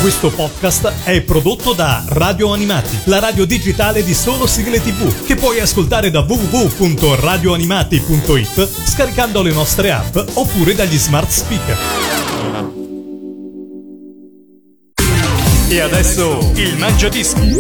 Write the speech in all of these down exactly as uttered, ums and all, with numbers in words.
Questo podcast è prodotto da Radio Animati, la radio digitale di solo sigle tivù, che puoi ascoltare da w w w punto radio animati punto i t scaricando le nostre app oppure dagli smart speaker. E adesso il Mangiadischi.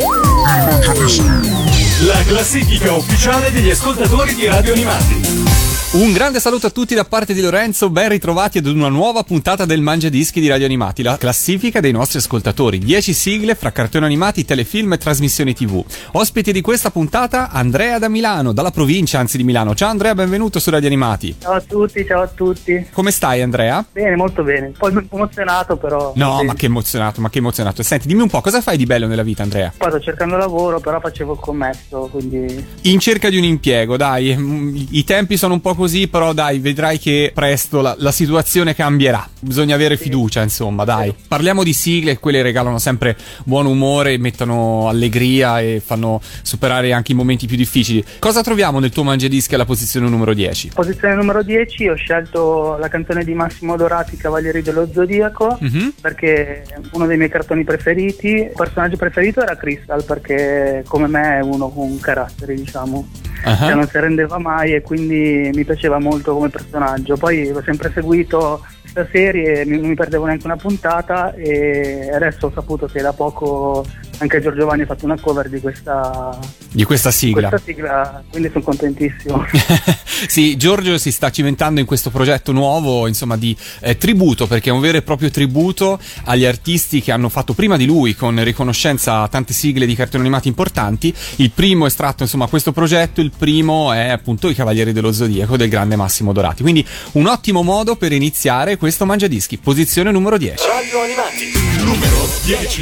La classifica ufficiale degli ascoltatori di Radio Animati. Un grande saluto a tutti da parte di Lorenzo, ben ritrovati ad una nuova puntata del Mangiadischi di Radio Animati, la classifica dei nostri ascoltatori, dieci sigle fra cartoni animati, telefilm e trasmissioni tivù. Ospite di questa puntata Andrea da Milano, dalla provincia anzi di Milano. Ciao Andrea, benvenuto su Radio Animati. Ciao a tutti, ciao a tutti. Come stai Andrea? Bene, molto bene, poi emozionato però. No, bene. ma che emozionato, ma che emozionato. Senti, dimmi un po', cosa fai di bello nella vita Andrea? Sto cercando lavoro, però facevo il commesso, quindi... In cerca di un impiego, dai, i tempi sono un po' così, però dai, vedrai che presto la, la situazione cambierà. Bisogna avere fiducia, insomma, dai. Parliamo di sigle, quelle regalano sempre buon umore, mettono allegria e fanno superare anche i momenti più difficili. Cosa troviamo nel tuo Mangiadischi alla posizione numero dieci? Posizione numero dieci ho scelto la canzone di Massimo Dorati, Cavalieri dello Zodiaco, mm-hmm. perché è uno dei miei cartoni preferiti. Il personaggio preferito era Crystal, perché come me è uno con carattere, diciamo. Uh-huh. Cioè non si arrendeva mai e quindi mi piaceva molto come personaggio. Poi l'ho sempre seguito questa serie, non mi perdevo neanche una puntata, e adesso ho saputo che da poco anche Giorgio Vanni ha fatto una cover di questa di questa sigla, questa sigla quindi sono contentissimo. Sì, Giorgio si sta cimentando in questo progetto nuovo, insomma, di eh, tributo, perché è un vero e proprio tributo agli artisti che hanno fatto prima di lui, con riconoscenza a tante sigle di cartoni animati importanti. Il primo estratto, insomma, questo progetto, il primo è appunto I Cavalieri dello Zodiaco del grande Massimo Dorati. Quindi un ottimo modo per iniziare questo Mangiadischi. Posizione numero dieci. Radio Animati numero dieci.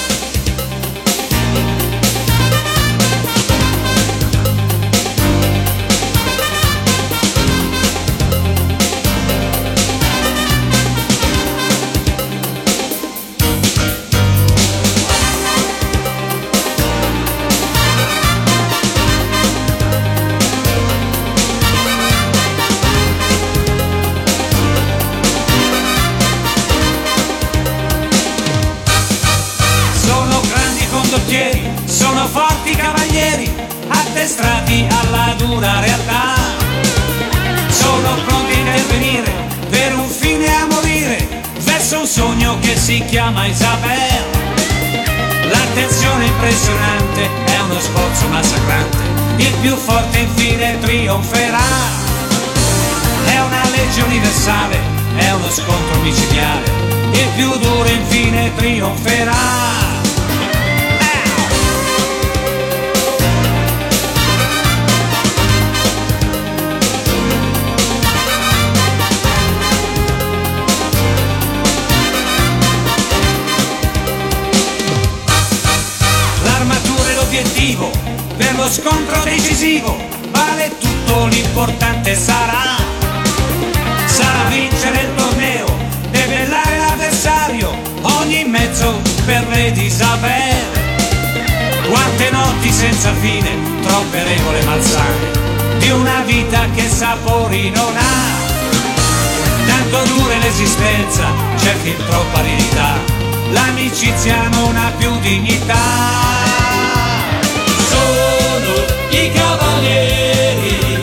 Sono forti cavalieri, addestrati alla dura realtà. Sono pronti a intervenire per un fine a morire, verso un sogno che si chiama Isabel. L'attenzione impressionante è uno sforzo massacrante, il più forte infine trionferà. È una legge universale, è uno scontro micidiale, il più duro infine trionferà. Per lo scontro decisivo vale tutto, l'importante sarà sarà vincere il torneo, debellare l'avversario, ogni mezzo per re di Isabel. Quante notti senza fine, troppe regole malsane, di una vita che sapori non ha. Tanto dura l'esistenza, c'è fin troppa aridità, l'amicizia non ha più dignità. I cavalieri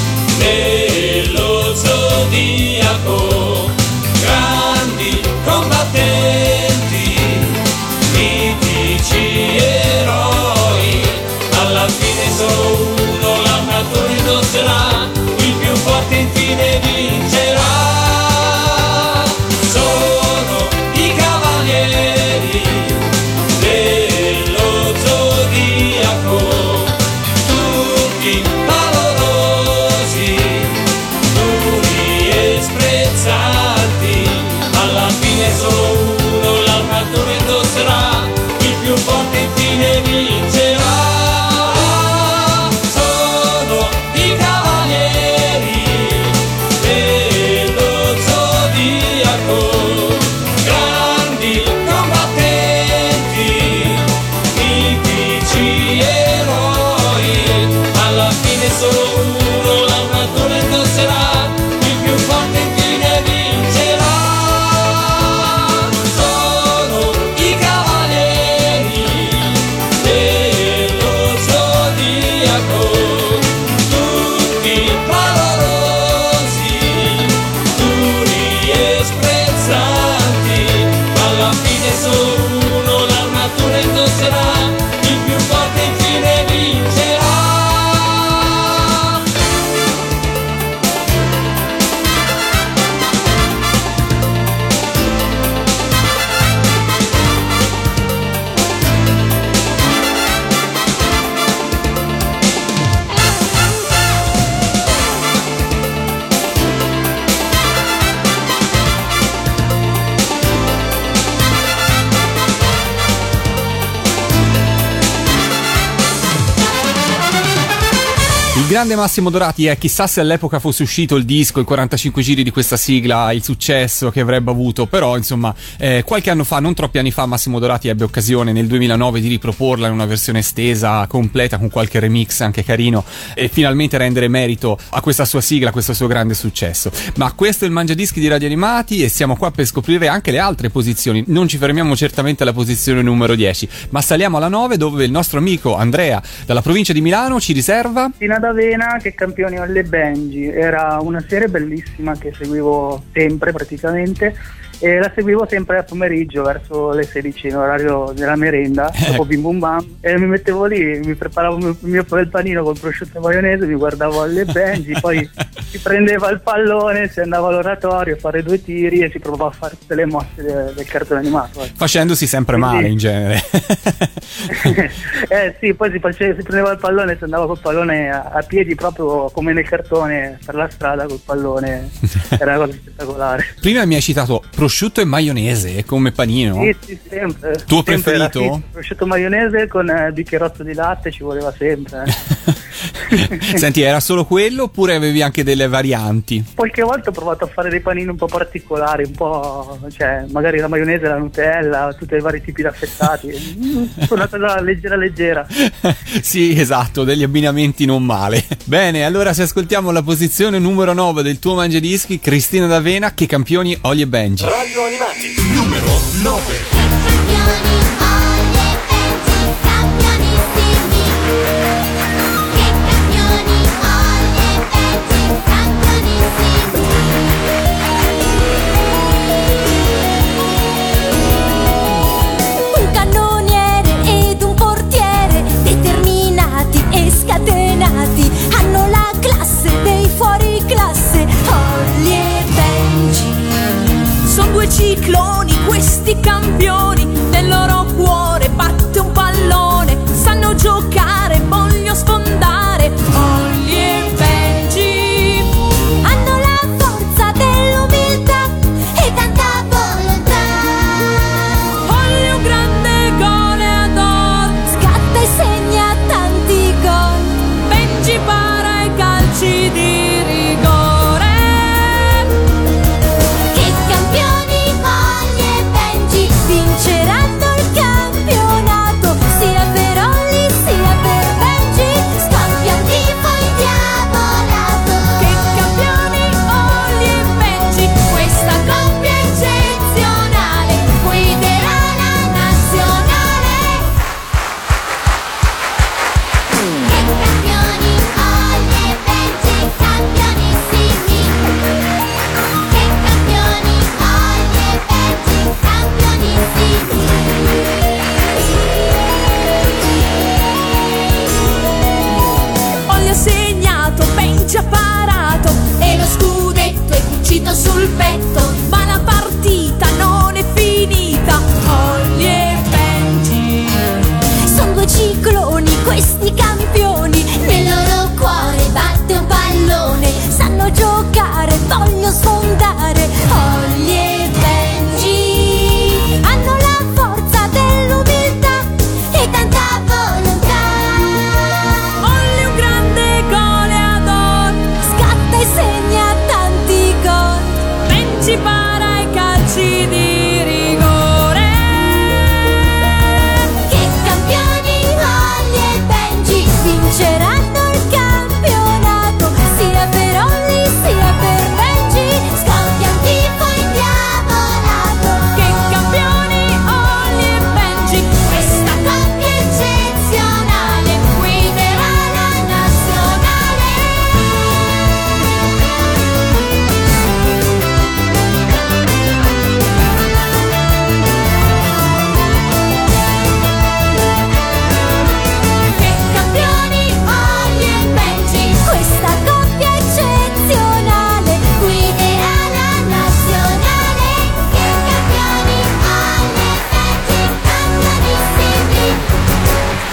dello Zodiaco, grandi combattenti, mitici eroi, alla fine solo uno l'armatore indosserà, il più forte infine vincerà. Sono i cavalieri dello Zodiaco, Il grande Massimo Dorati è, chissà se all'epoca fosse uscito il disco, i quarantacinque giri di questa sigla, il successo che avrebbe avuto, però insomma eh, qualche anno fa, non troppi anni fa, Massimo Dorati ebbe occasione nel duemilanove di riproporla in una versione estesa, completa, con qualche remix anche carino, e finalmente rendere merito a questa sua sigla, a questo suo grande successo. Ma questo è il Mangiadischi di Radio Animati e siamo qua per scoprire anche le altre posizioni. Non ci fermiamo certamente alla posizione numero dieci, ma saliamo alla nove, dove il nostro amico Andrea dalla provincia di Milano ci riserva Cristina D'Avena, che campioni alle Benji. Era una serie bellissima che seguivo sempre praticamente, e la seguivo sempre a pomeriggio verso le sedici in orario della merenda, dopo Bim Bum Bam, e mi mettevo lì, mi preparavo il mio, il mio bel panino col prosciutto e maionese, mi guardavo alle Benji, poi si prendeva il pallone, si andava all'oratorio a fare due tiri e si provava a fare tutte le mosse de, del cartone animato, eh. facendosi sempre Quindi, male in genere. eh sì, poi si, faceva, si prendeva il pallone e si andava col pallone a, a piedi, proprio come nel cartone, per la strada col pallone. Era una cosa spettacolare. Prima mi hai citato prosciutto e maionese come panino. Sì, sì, sempre. Tuo sempre preferito? Sì, prosciutto e maionese con eh, bicchierotto di latte ci voleva sempre. Eh. Senti, era solo quello oppure avevi anche delle varianti? Qualche volta ho provato a fare dei panini un po' particolari, un po', cioè magari la maionese, la Nutella, tutti i vari tipi di affettati. Una cosa leggera leggera. Sì, esatto, degli abbinamenti non male. Bene, allora se ascoltiamo la posizione numero nove del tuo Mangiadischi, Cristina D'Avena, che campioni Oli e Benji. Radio Animati, numero nove. Un cannoniere ed un portiere, determinati e scatenati, hanno la classe dei fuori classe, Olli e Benji. Sono due cicloni, questi campioni, nel loro cuore batte un pallone, sanno giocare.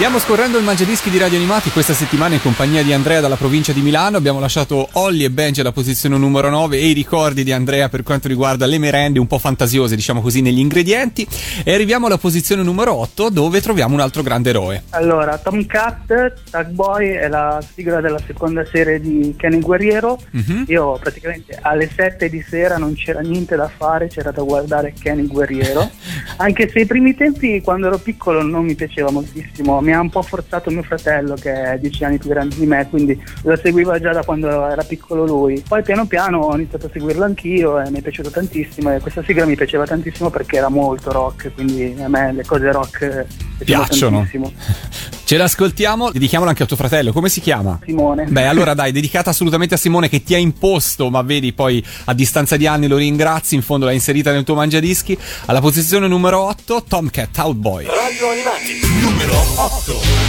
Stiamo scorrendo il Mangiadischi di Radio Animati questa settimana in compagnia di Andrea dalla provincia di Milano. Abbiamo lasciato Olly e Benji alla posizione numero nove e i ricordi di Andrea per quanto riguarda le merende un po' fantasiose, diciamo così, negli ingredienti. E arriviamo alla posizione numero otto, dove troviamo un altro grande eroe. Allora, Tomcat, Tag Boy è la sigla della seconda serie di Kenny Guerriero. Mm-hmm. Io praticamente alle sette di sera non c'era niente da fare, c'era da guardare Kenny Guerriero. Anche se i primi tempi, quando ero piccolo, non mi piaceva moltissimo. Mi ha un po' forzato mio fratello, che è dieci anni più grande di me, quindi lo seguiva già da quando era piccolo lui. Poi piano piano ho iniziato a seguirlo anch'io e mi è piaciuto tantissimo, e questa sigla mi piaceva tantissimo perché era molto rock, quindi a me le cose rock piacciono tantissimo. Ce l'ascoltiamo, dedichiamola anche a tuo fratello. Come si chiama? Simone. Beh, allora dai, dedicata assolutamente a Simone, che ti ha imposto, ma vedi, poi a distanza di anni lo ringrazi, in fondo l'hai inserita nel tuo Mangiadischi. Alla posizione numero otto, Tomcat, Out Boy. Radio Animati numero otto.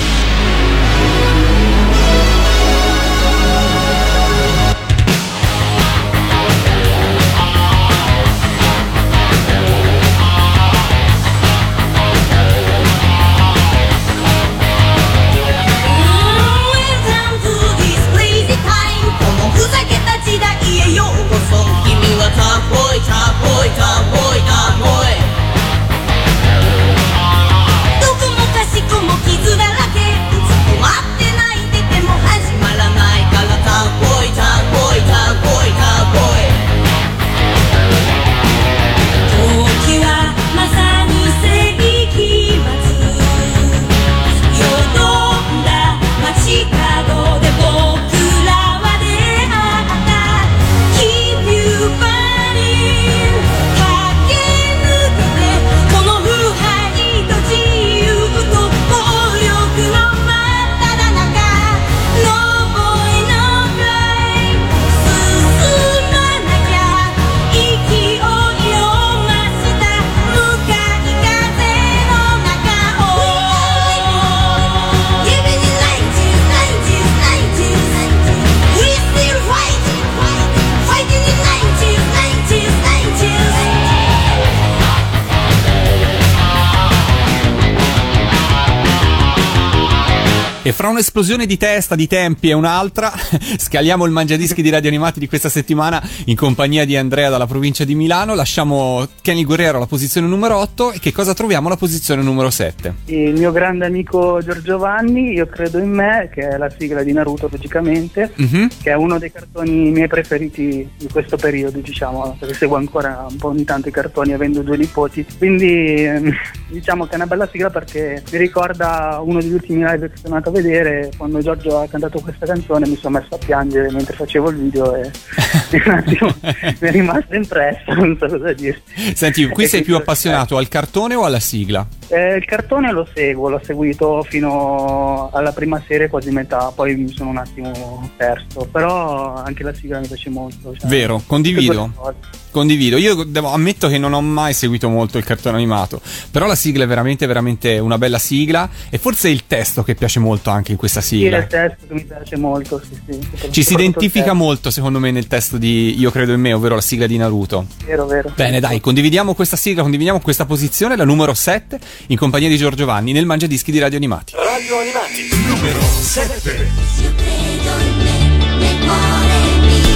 E fra un'esplosione di testa, di tempi e un'altra, scaliamo il Mangiadischi di Radio Animati di questa settimana in compagnia di Andrea dalla provincia di Milano. Lasciamo Kenny Guerriero alla posizione numero otto e che cosa troviamo alla posizione numero sette? Il mio grande amico Giorgio Vanni, Io credo in me, che è la sigla di Naruto logicamente, mm-hmm. che è uno dei cartoni miei preferiti di questo periodo, diciamo, perché seguo ancora un po' ogni tanto i cartoni avendo due nipoti, quindi diciamo che è una bella sigla perché mi ricorda uno degli ultimi live che sono andato a vedere. Quando Giorgio ha cantato questa canzone mi sono messo a piangere mentre facevo il video e un attimo mi è rimasto impresso, non so cosa dirti. Senti, qui sei più appassionato al cartone o alla sigla? Eh, il cartone lo seguo, l'ho seguito fino alla prima serie, quasi metà, poi mi sono un attimo perso, però anche la sigla mi piace molto. Cioè, vero, condivido. Condivido, io devo, ammetto che non ho mai seguito molto il cartone animato, però la sigla è veramente veramente una bella sigla, e forse è il testo che piace molto anche in questa sigla. Sì, è il testo che mi piace molto, sì, sì. Ci si identifica molto secondo me nel testo di Io credo in me, ovvero la sigla di Naruto. Vero, vero. Bene, dai, condividiamo questa sigla, condividiamo questa posizione, la numero sette, in compagnia di Giorgio Vanni nel Mangiadischi di Radio Animati. Radio Animati numero sette. Io credo in me, nel cuore mio.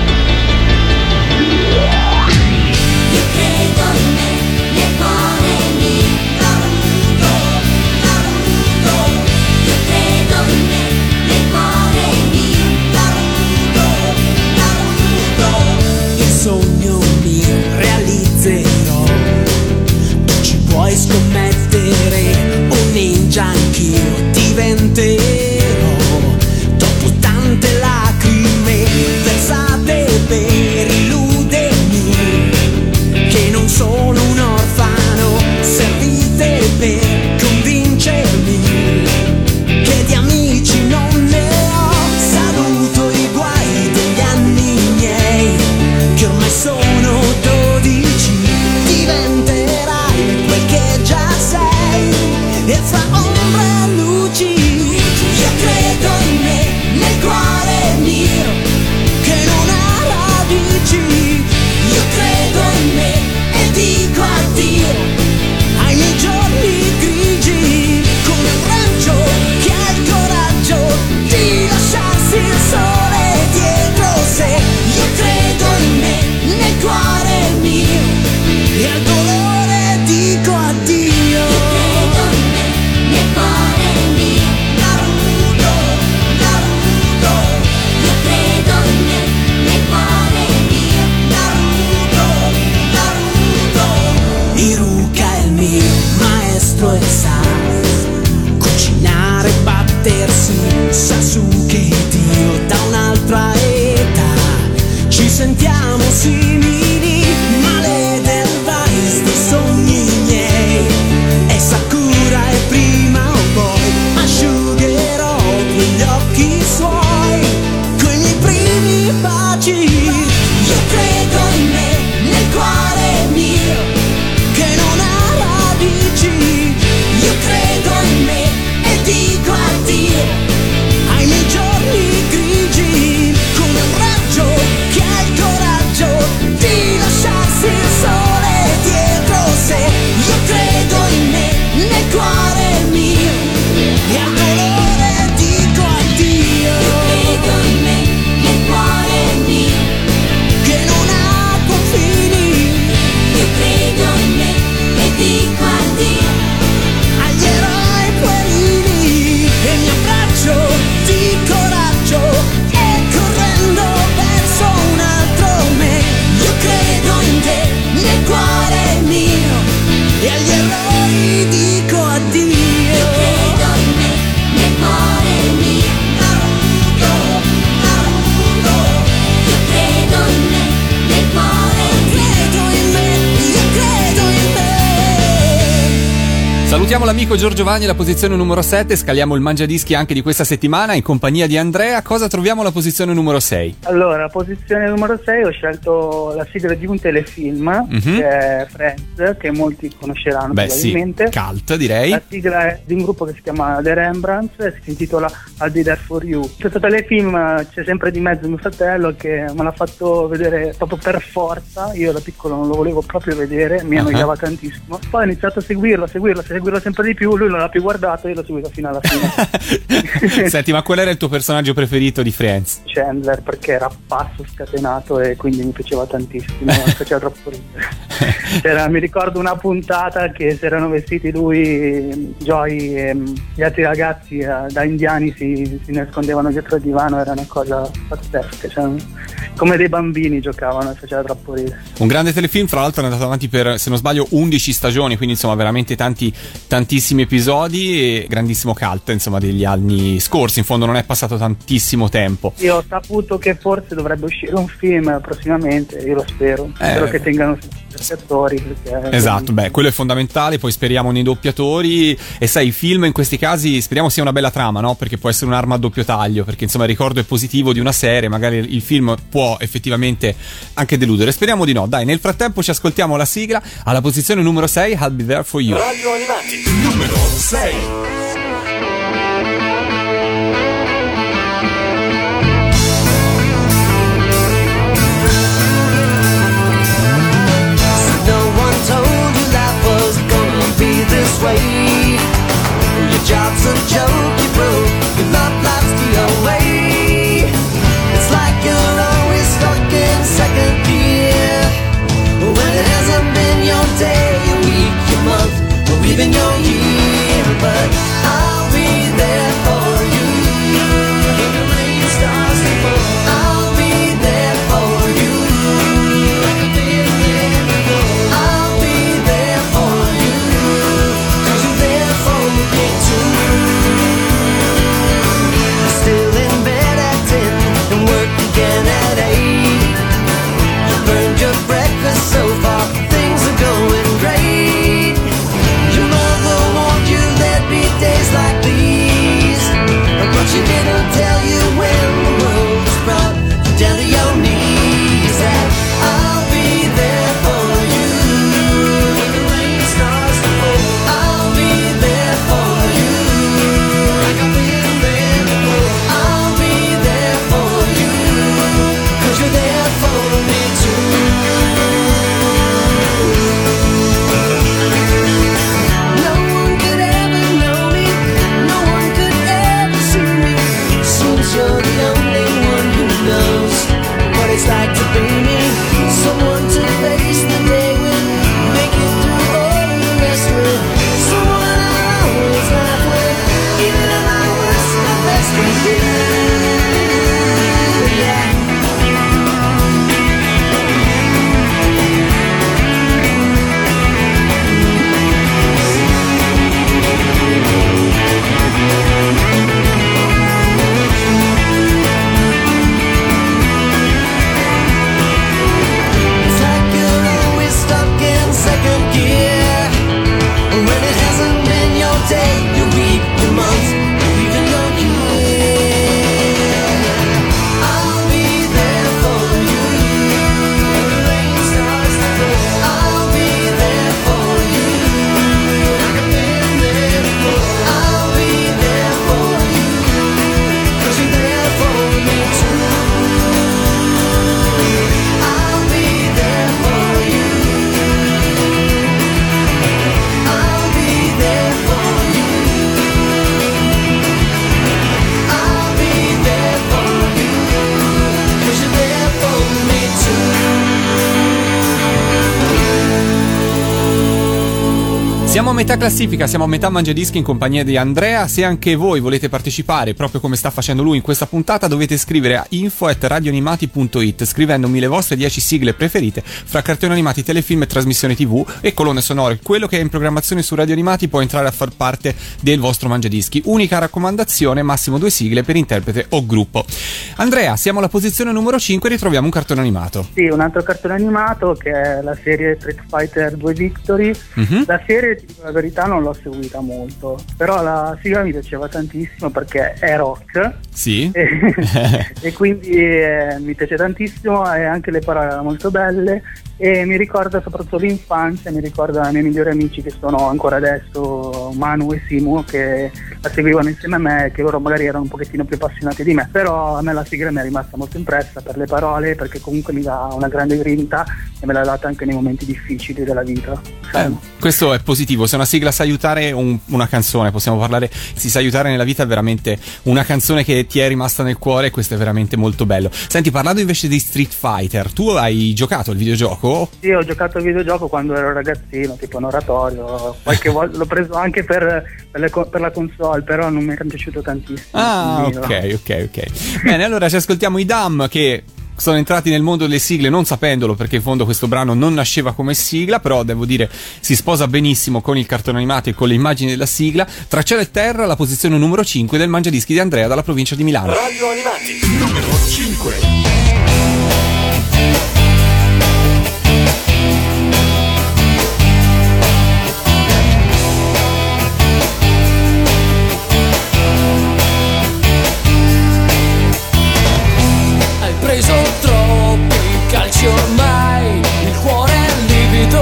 Io credo in me, nel cuore mio. Naruto, Naruto. Io credo in me, nel cuore mio. Naruto, Naruto. Il sogno mio realizzerò. Tu ci puoi scommettere, un ninja anch'io diventerò. Dopo tante lacrime versate per illudermi, che non sono e sa cucinare, battersi, Sasuke Dio da un'altra età. Ci sentiamo simili, ma le Delvice di sogni miei, e Sakura e prima o poi asciugherò quegli occhi suoi con i primi baci. Io credo in me, nel cuore mio che non ha radici. Io credo in me e dico addio ai miei giorni grigi, come un raggio che ha il coraggio di lasciarsi il sole dietro sé. Io credo in me, nel cuore mio, e al dolore dico addio. Io credo in me, nel cuore mio, che non ha confini. Io credo in me e dico addio agli eroi puerini, e mi abbraccio di coraggio e correndo verso un altro me. Io credo in te, nel cuore mio, e agli eroi dico addio. Io credo in me, nel cuore mio, Naruto, Naruto. Io credo in me, nel cuore mio. Credo in me, io credo in me. Salutiamo l'amico Giorgio Vanni alla posizione numero sette, scaliamo il mangiadischi anche di questa settimana in compagnia di Andrea. Cosa troviamo alla posizione numero sei? Allora, posizione numero sei ho scelto la sigla di un telefilm, Mhm. che è Friends, che molti conosceranno Beh sì, probabilmente. cult direi. La sigla è di un gruppo che si chiama The Rembrandts e si intitola I'll Be There For You. Questo telefilm c'è sempre di mezzo mio fratello che me l'ha fatto vedere proprio per forza. Io da piccolo non lo volevo proprio vedere, mi Ah. annoiava tantissimo. Poi ho iniziato a seguirlo, a seguirlo, a seguirlo sempre di più. Lui non l'ha più guardato e io l'ho seguito fino alla fine. Senti, ma qual era il tuo personaggio preferito di Friends? Chandler, perché era pazzo, scatenato e quindi mi piaceva tantissimo, mi faceva troppo ridere. C'era, mi ricordo una puntata che si erano vestiti lui, Joy e mm, gli altri ragazzi eh, da indiani, si, si nascondevano dietro il divano, era una cosa pazzesca, cioè, come dei bambini giocavano e faceva troppo ridere. Un grande telefilm, tra l'altro è andato avanti per, se non sbaglio, undici stagioni, quindi insomma veramente tanti, tantissimi episodi e grandissimo cult, insomma, degli anni scorsi. In fondo non è passato tantissimo tempo. Io ho saputo che forse dovrebbe uscire un film prossimamente, io lo spero, spero Eh. che tengano gli attori, perché Esatto, beh, quello è fondamentale, poi speriamo nei doppiatori e sai, i film in questi casi speriamo sia una bella trama, no? Perché può essere un'arma a doppio taglio, perché insomma il ricordo è positivo di una serie, magari il film può effettivamente anche deludere, speriamo di no. Dai, nel frattempo ci ascoltiamo la sigla alla posizione numero sei, I'll Be There For You. Radio Animati, numero sei. Way. Your job's a joke, you broke, your love life's the away. It's like you're always stuck in second gear, when it hasn't been your day, your week, your month, or even your year. But I'll be there for you when the rain starts to fall. I'll be there for you like I've been there before. I'll be there for you, still in bed at ten and work again at eight. You burned your breakfast so far, things are going great. Your mother warned you there'd be days Siamo a metà classifica, siamo a metà Mangiadischi in compagnia di Andrea. Se anche voi volete partecipare, proprio come sta facendo lui in questa puntata, dovete scrivere a info at radioanimati punto it scrivendomi le vostre dieci sigle preferite fra cartoni animati, telefilm e trasmissioni tv e colonne sonore. Quello che è in programmazione su Radio Animati può entrare a far parte del vostro Mangiadischi. Unica raccomandazione, massimo due sigle per interprete o gruppo. Andrea, siamo alla posizione numero cinque e ritroviamo un cartone animato. Sì, un altro cartone animato che è la serie Street Fighter due Victory. Mm-hmm. La serie, la verità, non l'ho seguita molto, però la sigla mi piaceva tantissimo perché è rock. Sì. E, e quindi eh, mi piace tantissimo e anche le parole erano molto belle e mi ricorda soprattutto l'infanzia, mi ricorda i miei migliori amici che sono ancora adesso, Manu e Simu, che la seguivano insieme a me, che loro magari erano un pochettino più appassionati di me, però a me la sigla mi è rimasta molto impressa per le parole, perché comunque mi dà una grande grinta e me l'ha data anche nei momenti difficili della vita. Eh, questo è positivo, se una sigla sa aiutare un, una canzone, possiamo parlare, si sa aiutare nella vita, è veramente una canzone che ti è rimasta nel cuore e questo è veramente molto bello. Senti, parlando invece di Street Fighter, tu hai giocato al videogioco? Sì, ho giocato al videogioco quando ero ragazzino, tipo un oratorio, qualche volta l'ho preso anche per, per, le, per la console, però non mi era piaciuto tantissimo. Ah, ok, ok, ok. Bene, allora ci ascoltiamo i Dam che sono entrati nel mondo delle sigle non sapendolo, perché in fondo questo brano non nasceva come sigla, però devo dire si sposa benissimo con il cartone animato e con le immagini della sigla. Tra cielo e terra, la posizione numero cinque del Mangiadischi di Andrea dalla provincia di Milano. Radio Animati numero cinque. Preso troppi calci ormai, il cuore è livido,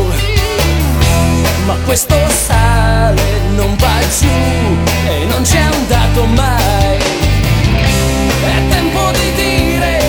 ma questo sale non va giù e non c'è andato mai. È tempo di dire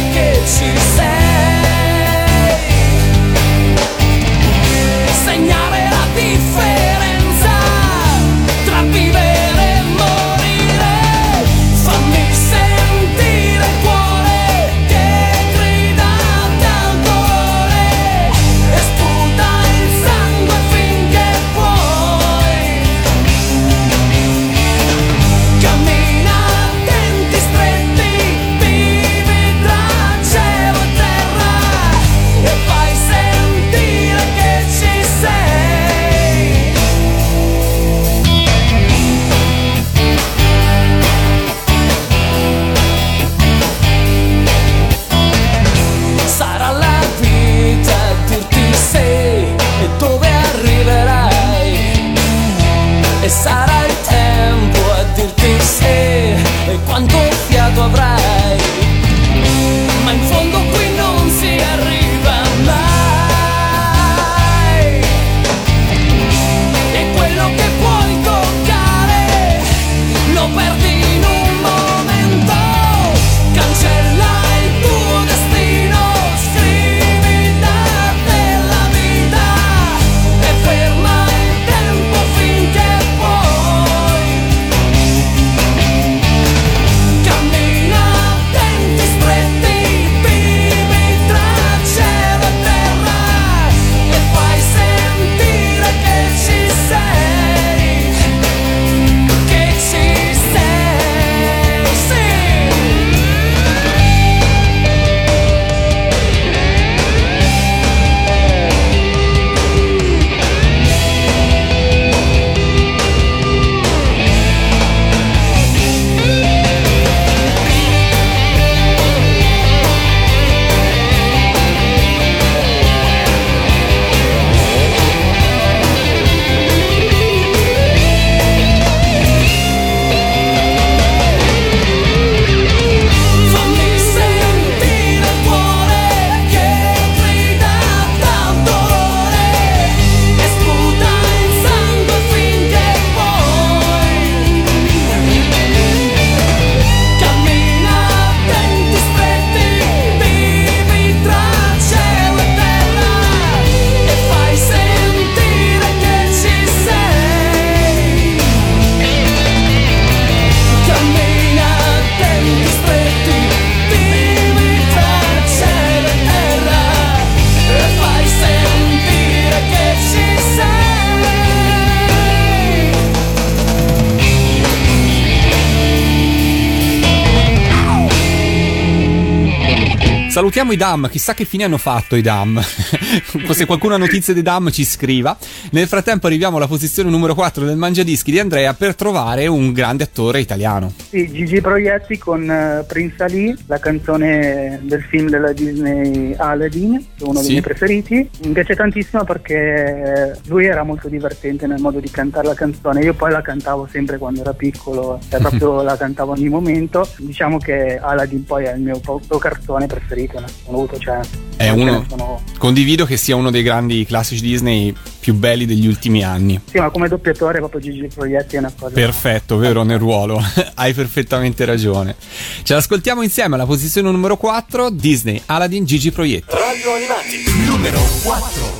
Salutiamo i D A M, chissà che fine hanno fatto i D A M. Se qualcuno ha notizie dei D A M ci scriva. Nel frattempo arriviamo alla posizione numero quattro del Mangiadischi di Andrea per trovare un grande attore italiano. Sì, Gigi Proietti con uh, Prince Ali, la canzone del film della Disney Aladdin, che è uno Sì. dei miei preferiti. Mi piace tantissimo perché lui era molto divertente nel modo di cantare la canzone. Io poi la cantavo sempre quando era piccolo, cioè proprio la cantavo ogni momento. Diciamo che Aladdin poi è il mio proprio cartone preferito in assoluto, cioè È non ce uno, ne sono- condivido che sia uno dei grandi classici Disney più belli degli ultimi anni. Sì, ma come doppiatore proprio Gigi Proietti è una cosa. Perfetto, vero, nel ruolo. Hai perfettamente ragione. Ce l'ascoltiamo insieme alla posizione numero quattro, Disney, Aladdin, Gigi Proietti. Radio Animati, numero quattro.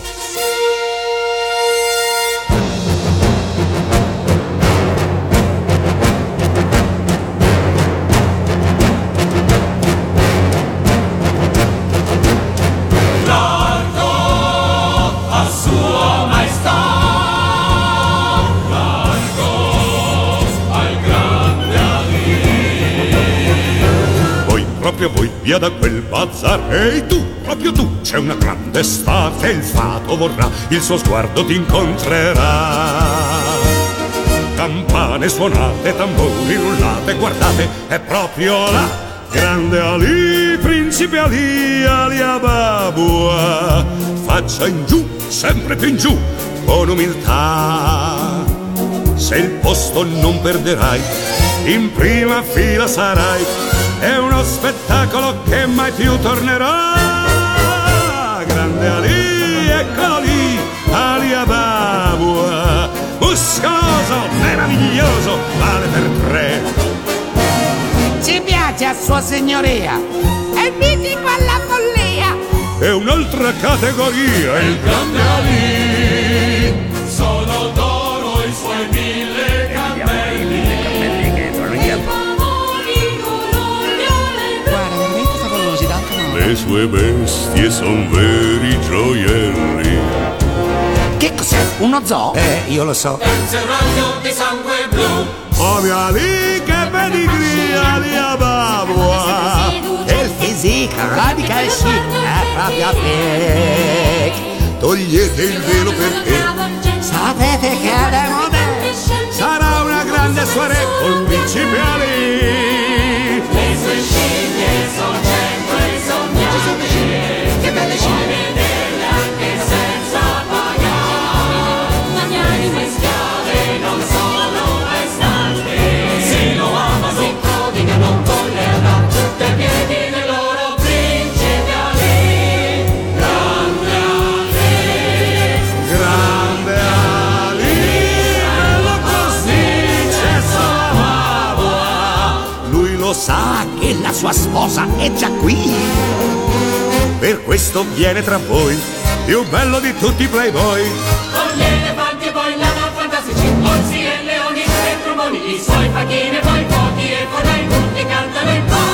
Proprio voi via da quel bazar. Ehi tu, proprio tu, c'è una grande star che il fato vorrà, il suo sguardo ti incontrerà. Campane suonate, tamburi rullate, guardate, è proprio là. Grande Ali, principe Ali, Ali Ababua. Faccia in giù, sempre più in giù, con umiltà. Se il posto non perderai, in prima fila sarai. È uno spettacolo che mai più tornerà. Grande Ali, eccolo lì, Ali Ababua. Muscoloso, meraviglioso, vale per tre. Ci piace a sua signoria, è mitico alla follia. È un'altra categoria, il grande Ali. Sono d'oro i suoi mille cappelli. Le sue bestie son veri gioielli. Che cos'è? Uno zoo? Eh, io lo so. Danza un raggio di sangue blu. Oh mia lì, che pedigree, Ali Ababua. E il physique radical chic è proprio pic. Togliete il velo perché Sapete che è moderne. sarà una grande soirée col principe Ali. Le sue scimmie sono cento e son bianche. Che belle scimmie. Vederle anche senza pagare. Magnanime schiave non sono mai stanche. Se lo amano, si prodigano con l'erba. Tutte ai piedi del loro principe Ali. Grande Ali. Grande Ali, bello così, c'è solo Ababua. Lui lo sa, Che la sua sposa è già qui. per questo viene tra voi, più bello di tutti i playboy. Con gli elefanti e poi lama fantastici, orsi e leoni e trumoni, i suoi facchini e poi fuochi e corrai, tutti cantano in po'.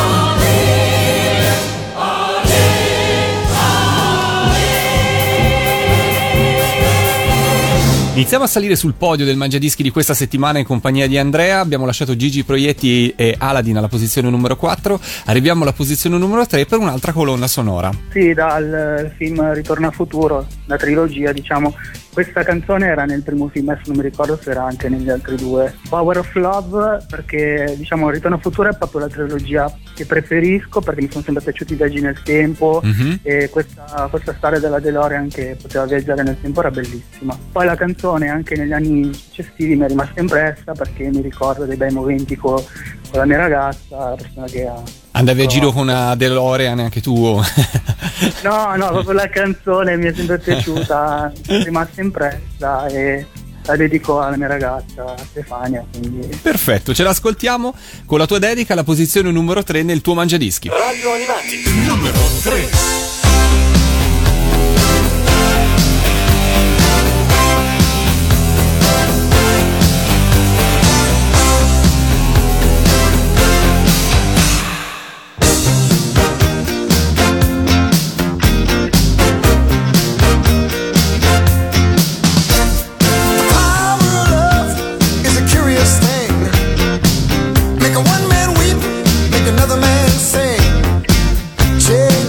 Iniziamo a salire sul podio del Mangiadischi di questa settimana in compagnia di Andrea. Abbiamo lasciato Gigi Proietti e Aladdin alla posizione numero quattro. Arriviamo alla posizione numero tre per un'altra colonna sonora. Sì, dal film Ritorno al futuro, la trilogia, diciamo. Questa canzone era nel primo film, adesso non mi ricordo se era anche negli altri due. Power of Love, perché diciamo Ritorno al futuro è proprio la trilogia che preferisco, perché mi sono sempre piaciuti i viaggi nel tempo, Mhm. e questa, questa storia della DeLorean che poteva viaggiare nel tempo era bellissima. Poi la canzone anche negli anni successivi mi è rimasta impressa perché mi ricordo dei bei momenti co- con la mia ragazza, la persona che ha... Andavi a No. giro con una DeLorean anche tu? No, no, proprio la canzone mi è sempre piaciuta, mi è rimasta impressa e la dedico alla mia ragazza Stefania, quindi... Perfetto, ce l'ascoltiamo con la tua dedica alla posizione numero tre nel tuo Mangiadischi. Radio Animati, numero tre. Make a one man weep, make another man sing. Change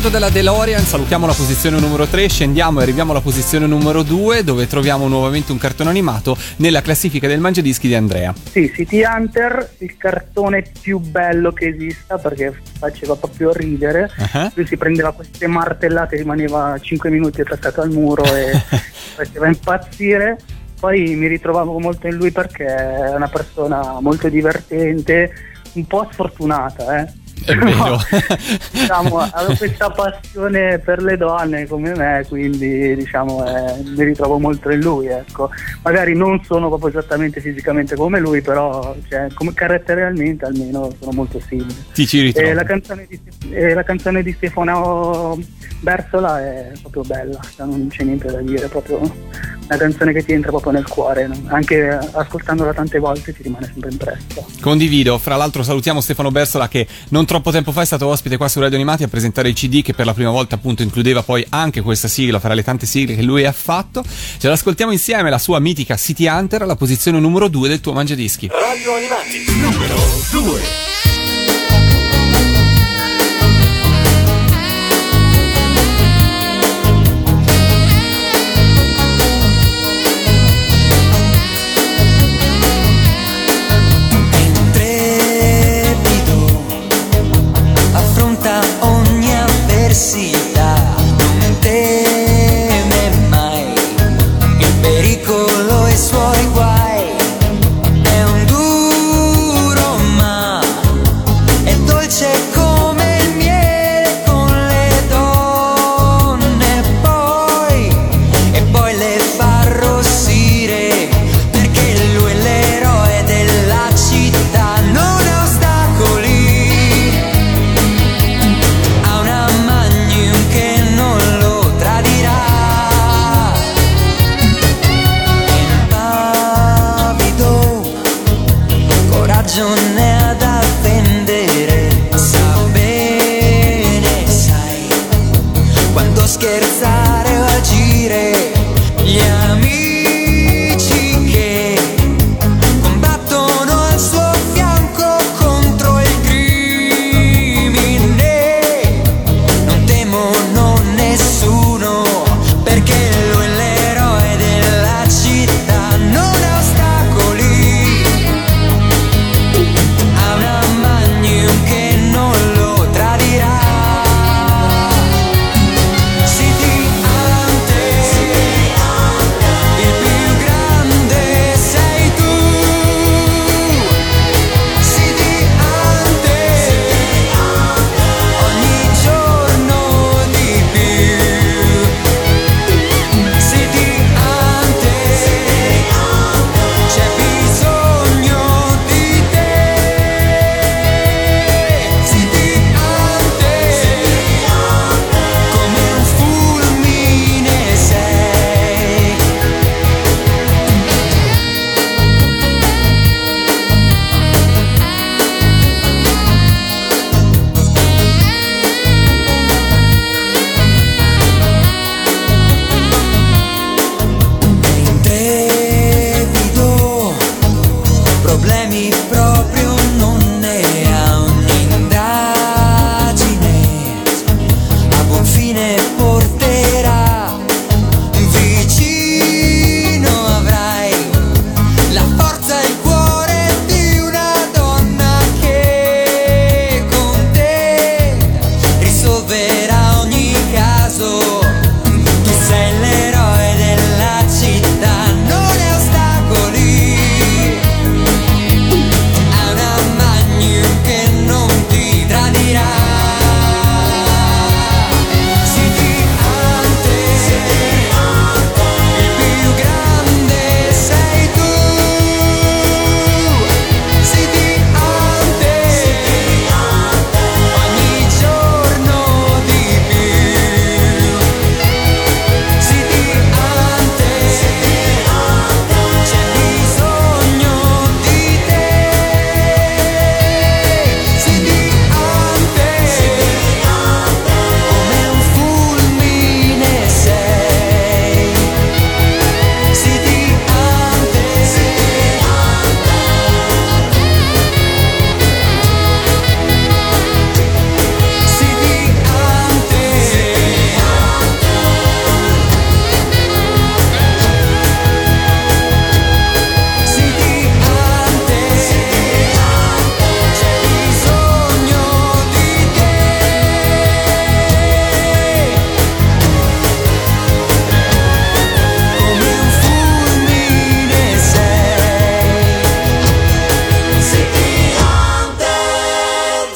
bordo della DeLorean salutiamo la posizione numero tre, scendiamo e arriviamo alla posizione numero due, dove troviamo nuovamente un cartone animato nella classifica del Mangiadischi di Andrea. Sì, City Hunter, il cartone più bello che esista, perché faceva proprio ridere. Uh-huh. Lui si prendeva queste martellate, rimaneva cinque minuti attaccato al muro e faceva impazzire. Poi mi ritrovavo molto in lui perché è una persona molto divertente, un po' sfortunata, eh. È vero. Diciamo, avevo questa passione per le donne come me, quindi diciamo eh, mi ritrovo molto in lui, ecco. Magari non sono proprio esattamente fisicamente come lui, però cioè, come caratterialmente almeno sono molto simili. Ti ci ritrovo. E la canzone di, eh, la canzone di Stefano Bersola è proprio bella, cioè, non c'è niente da dire, è proprio una canzone che ti entra proprio nel cuore, no? Anche ascoltandola tante volte ti rimane sempre impressa. Condivido. Fra l'altro salutiamo Stefano Bersola, che non troppo tempo fa è stato ospite qua su Radio Animati a presentare il C D che per la prima volta appunto includeva poi anche questa sigla fra le tante sigle che lui ha fatto. Ce l'ascoltiamo insieme, la sua mitica City Hunter, alla posizione numero due del tuo Mangiadischi. Radio Animati numero due. Non teme mai il pericolo e i suoi guai, è un duro ma è dolce come il miele con le donne, poi e poi le fa arrossire, perché lui è l'eroe della città, non ha ostacoli. Non è da vendere, sa bene, sai quando scherzare o agire. Gli amici che combattono al suo fianco contro il crimine non temono nessuno, perché lui è l'eroe della città, non ha ostacoli. Ha una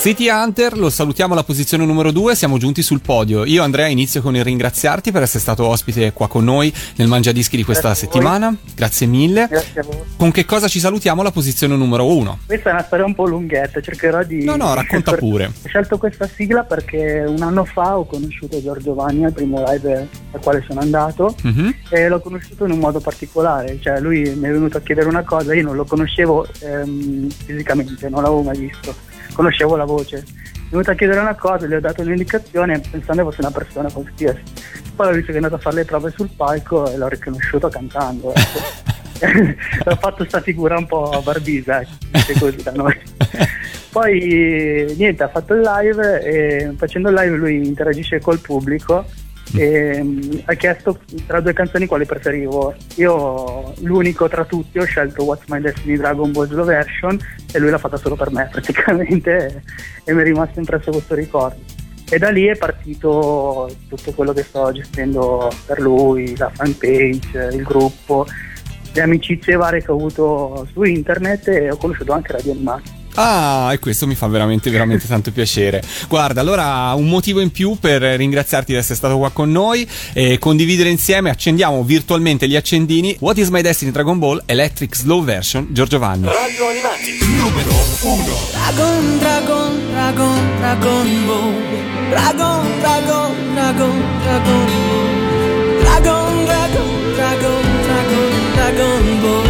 City Hunter, lo salutiamo alla posizione numero due, siamo giunti sul podio. Io, Andrea, inizio con il ringraziarti per essere stato ospite qua con noi nel Mangiadischi di questa Grazie settimana. Grazie mille. Grazie a voi. Con che cosa ci salutiamo alla posizione numero uno? Questa è una storia un po' lunghetta, cercherò di... No, no, racconta pure. Ho scelto questa sigla perché un anno fa ho conosciuto Giorgio Vanni al primo live al quale sono andato, mm-hmm. e l'ho conosciuto in un modo particolare, cioè lui mi è venuto a chiedere una cosa, io non lo conoscevo ehm, fisicamente, non l'avevo mai visto, conoscevo la voce. Mi è venuto a chiedere una cosa, gli ho dato un'indicazione pensando fosse una persona qualsiasi. Poi ho visto che è andato a fare le prove sul palco e l'ho riconosciuto cantando. Ecco. Ho fatto sta figura un po' barbisa, ecco, così da noi. Poi niente, ha fatto il live e facendo il live lui interagisce col pubblico e um, ha chiesto tra due canzoni quali preferivo. Io l'unico tra tutti ho scelto What's My Destiny Dragon Ball Slow Version e lui l'ha fatta solo per me praticamente, e, e mi è rimasto impresso questo ricordo, e da lì è partito tutto quello che sto gestendo per lui, la fanpage, il gruppo, le amicizie varie che ho avuto su internet, e ho conosciuto anche Radio Animati. Ah, e questo mi fa veramente veramente tanto piacere. Guarda, allora un motivo in più per ringraziarti di essere stato qua con noi e condividere insieme. Accendiamo virtualmente gli accendini. What is My Destiny Dragon Ball Electric Slow Version, Giorgio Vanni. Radio Animati numero uno. Dragon, Dragon, Dragon, Dragon Ball. Dragon, Dragon, Dragon, Dragon Ball. Dragon, Dragon, Dragon, Dragon, Dragon Ball.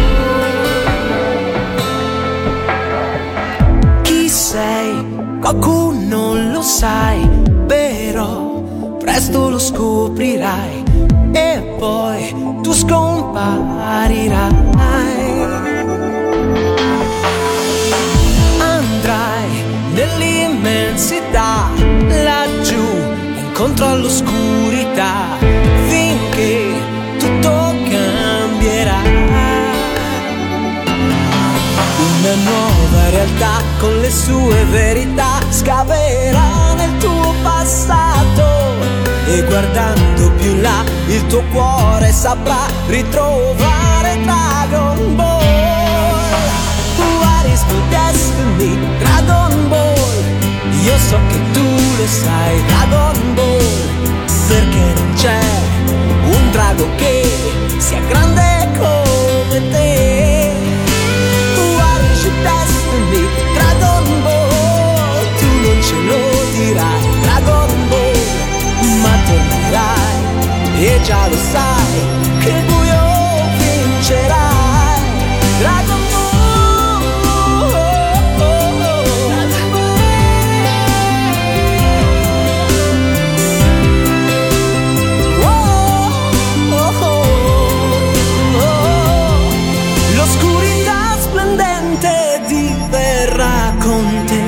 Sei, qualcuno non lo sai, però presto lo scoprirai e poi tu scomparirai. Andrai nell'immensità, laggiù, incontro all'oscurità, finché tutto cambierà. Una nuova realtà con le sue verità scaverà nel tuo passato, e guardando più là il tuo cuore saprà ritrovare Dragon Ball. What is my destiny? Dragon Ball. Io so che tu lo sai, Dragon Ball, perché non c'è un drago che sia grande come te. Destiny, Dragon Ball, tu non ce lo dirai, Dragon Ball, ma tornerai e già lo sai che il buio vincerai, Dragon Ball, oh, oh, oh. Oh, oh, oh. L'oscurità splendente diverrà con te,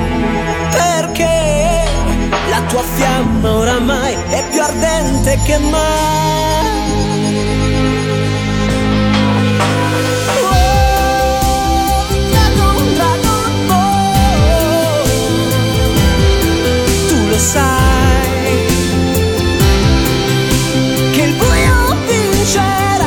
perché la tua fiamma oramai è più ardente che mai. Oh, Dragon, Dragon Ball, tu lo sai che il buio vincerai.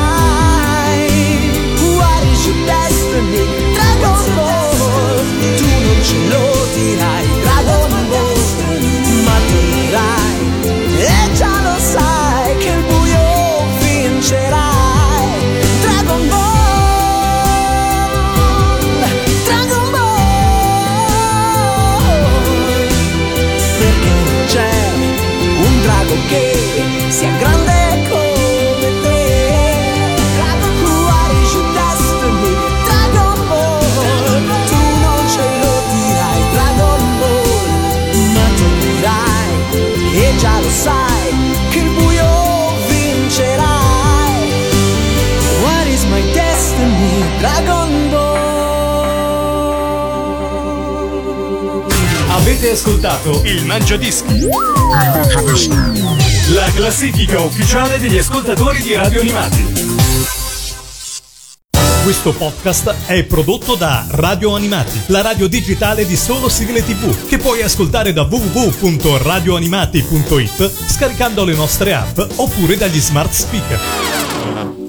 What is your destiny? Dragon Ball, tu non ce lo dirai, Dragon Ball, ma tornerai e già lo sai che il buio vincerai, Dragon Ball, Dragon Ball, perché non c'è un drago che sia grande come te. What is your destiny? Dragon Ball, tu non ce lo dirai, Dragon Ball, ma tornerai e già lo sai che il buio vincerai. What is my destiny? Dragon Ball. Avete ascoltato il Mangiadischi, la classifica ufficiale degli ascoltatori di Radio Animati. Questo podcast è prodotto da Radio Animati, la radio digitale di solo sigle tivù, che puoi ascoltare da w w w punto radio animati punto it scaricando le nostre app oppure dagli smart speaker.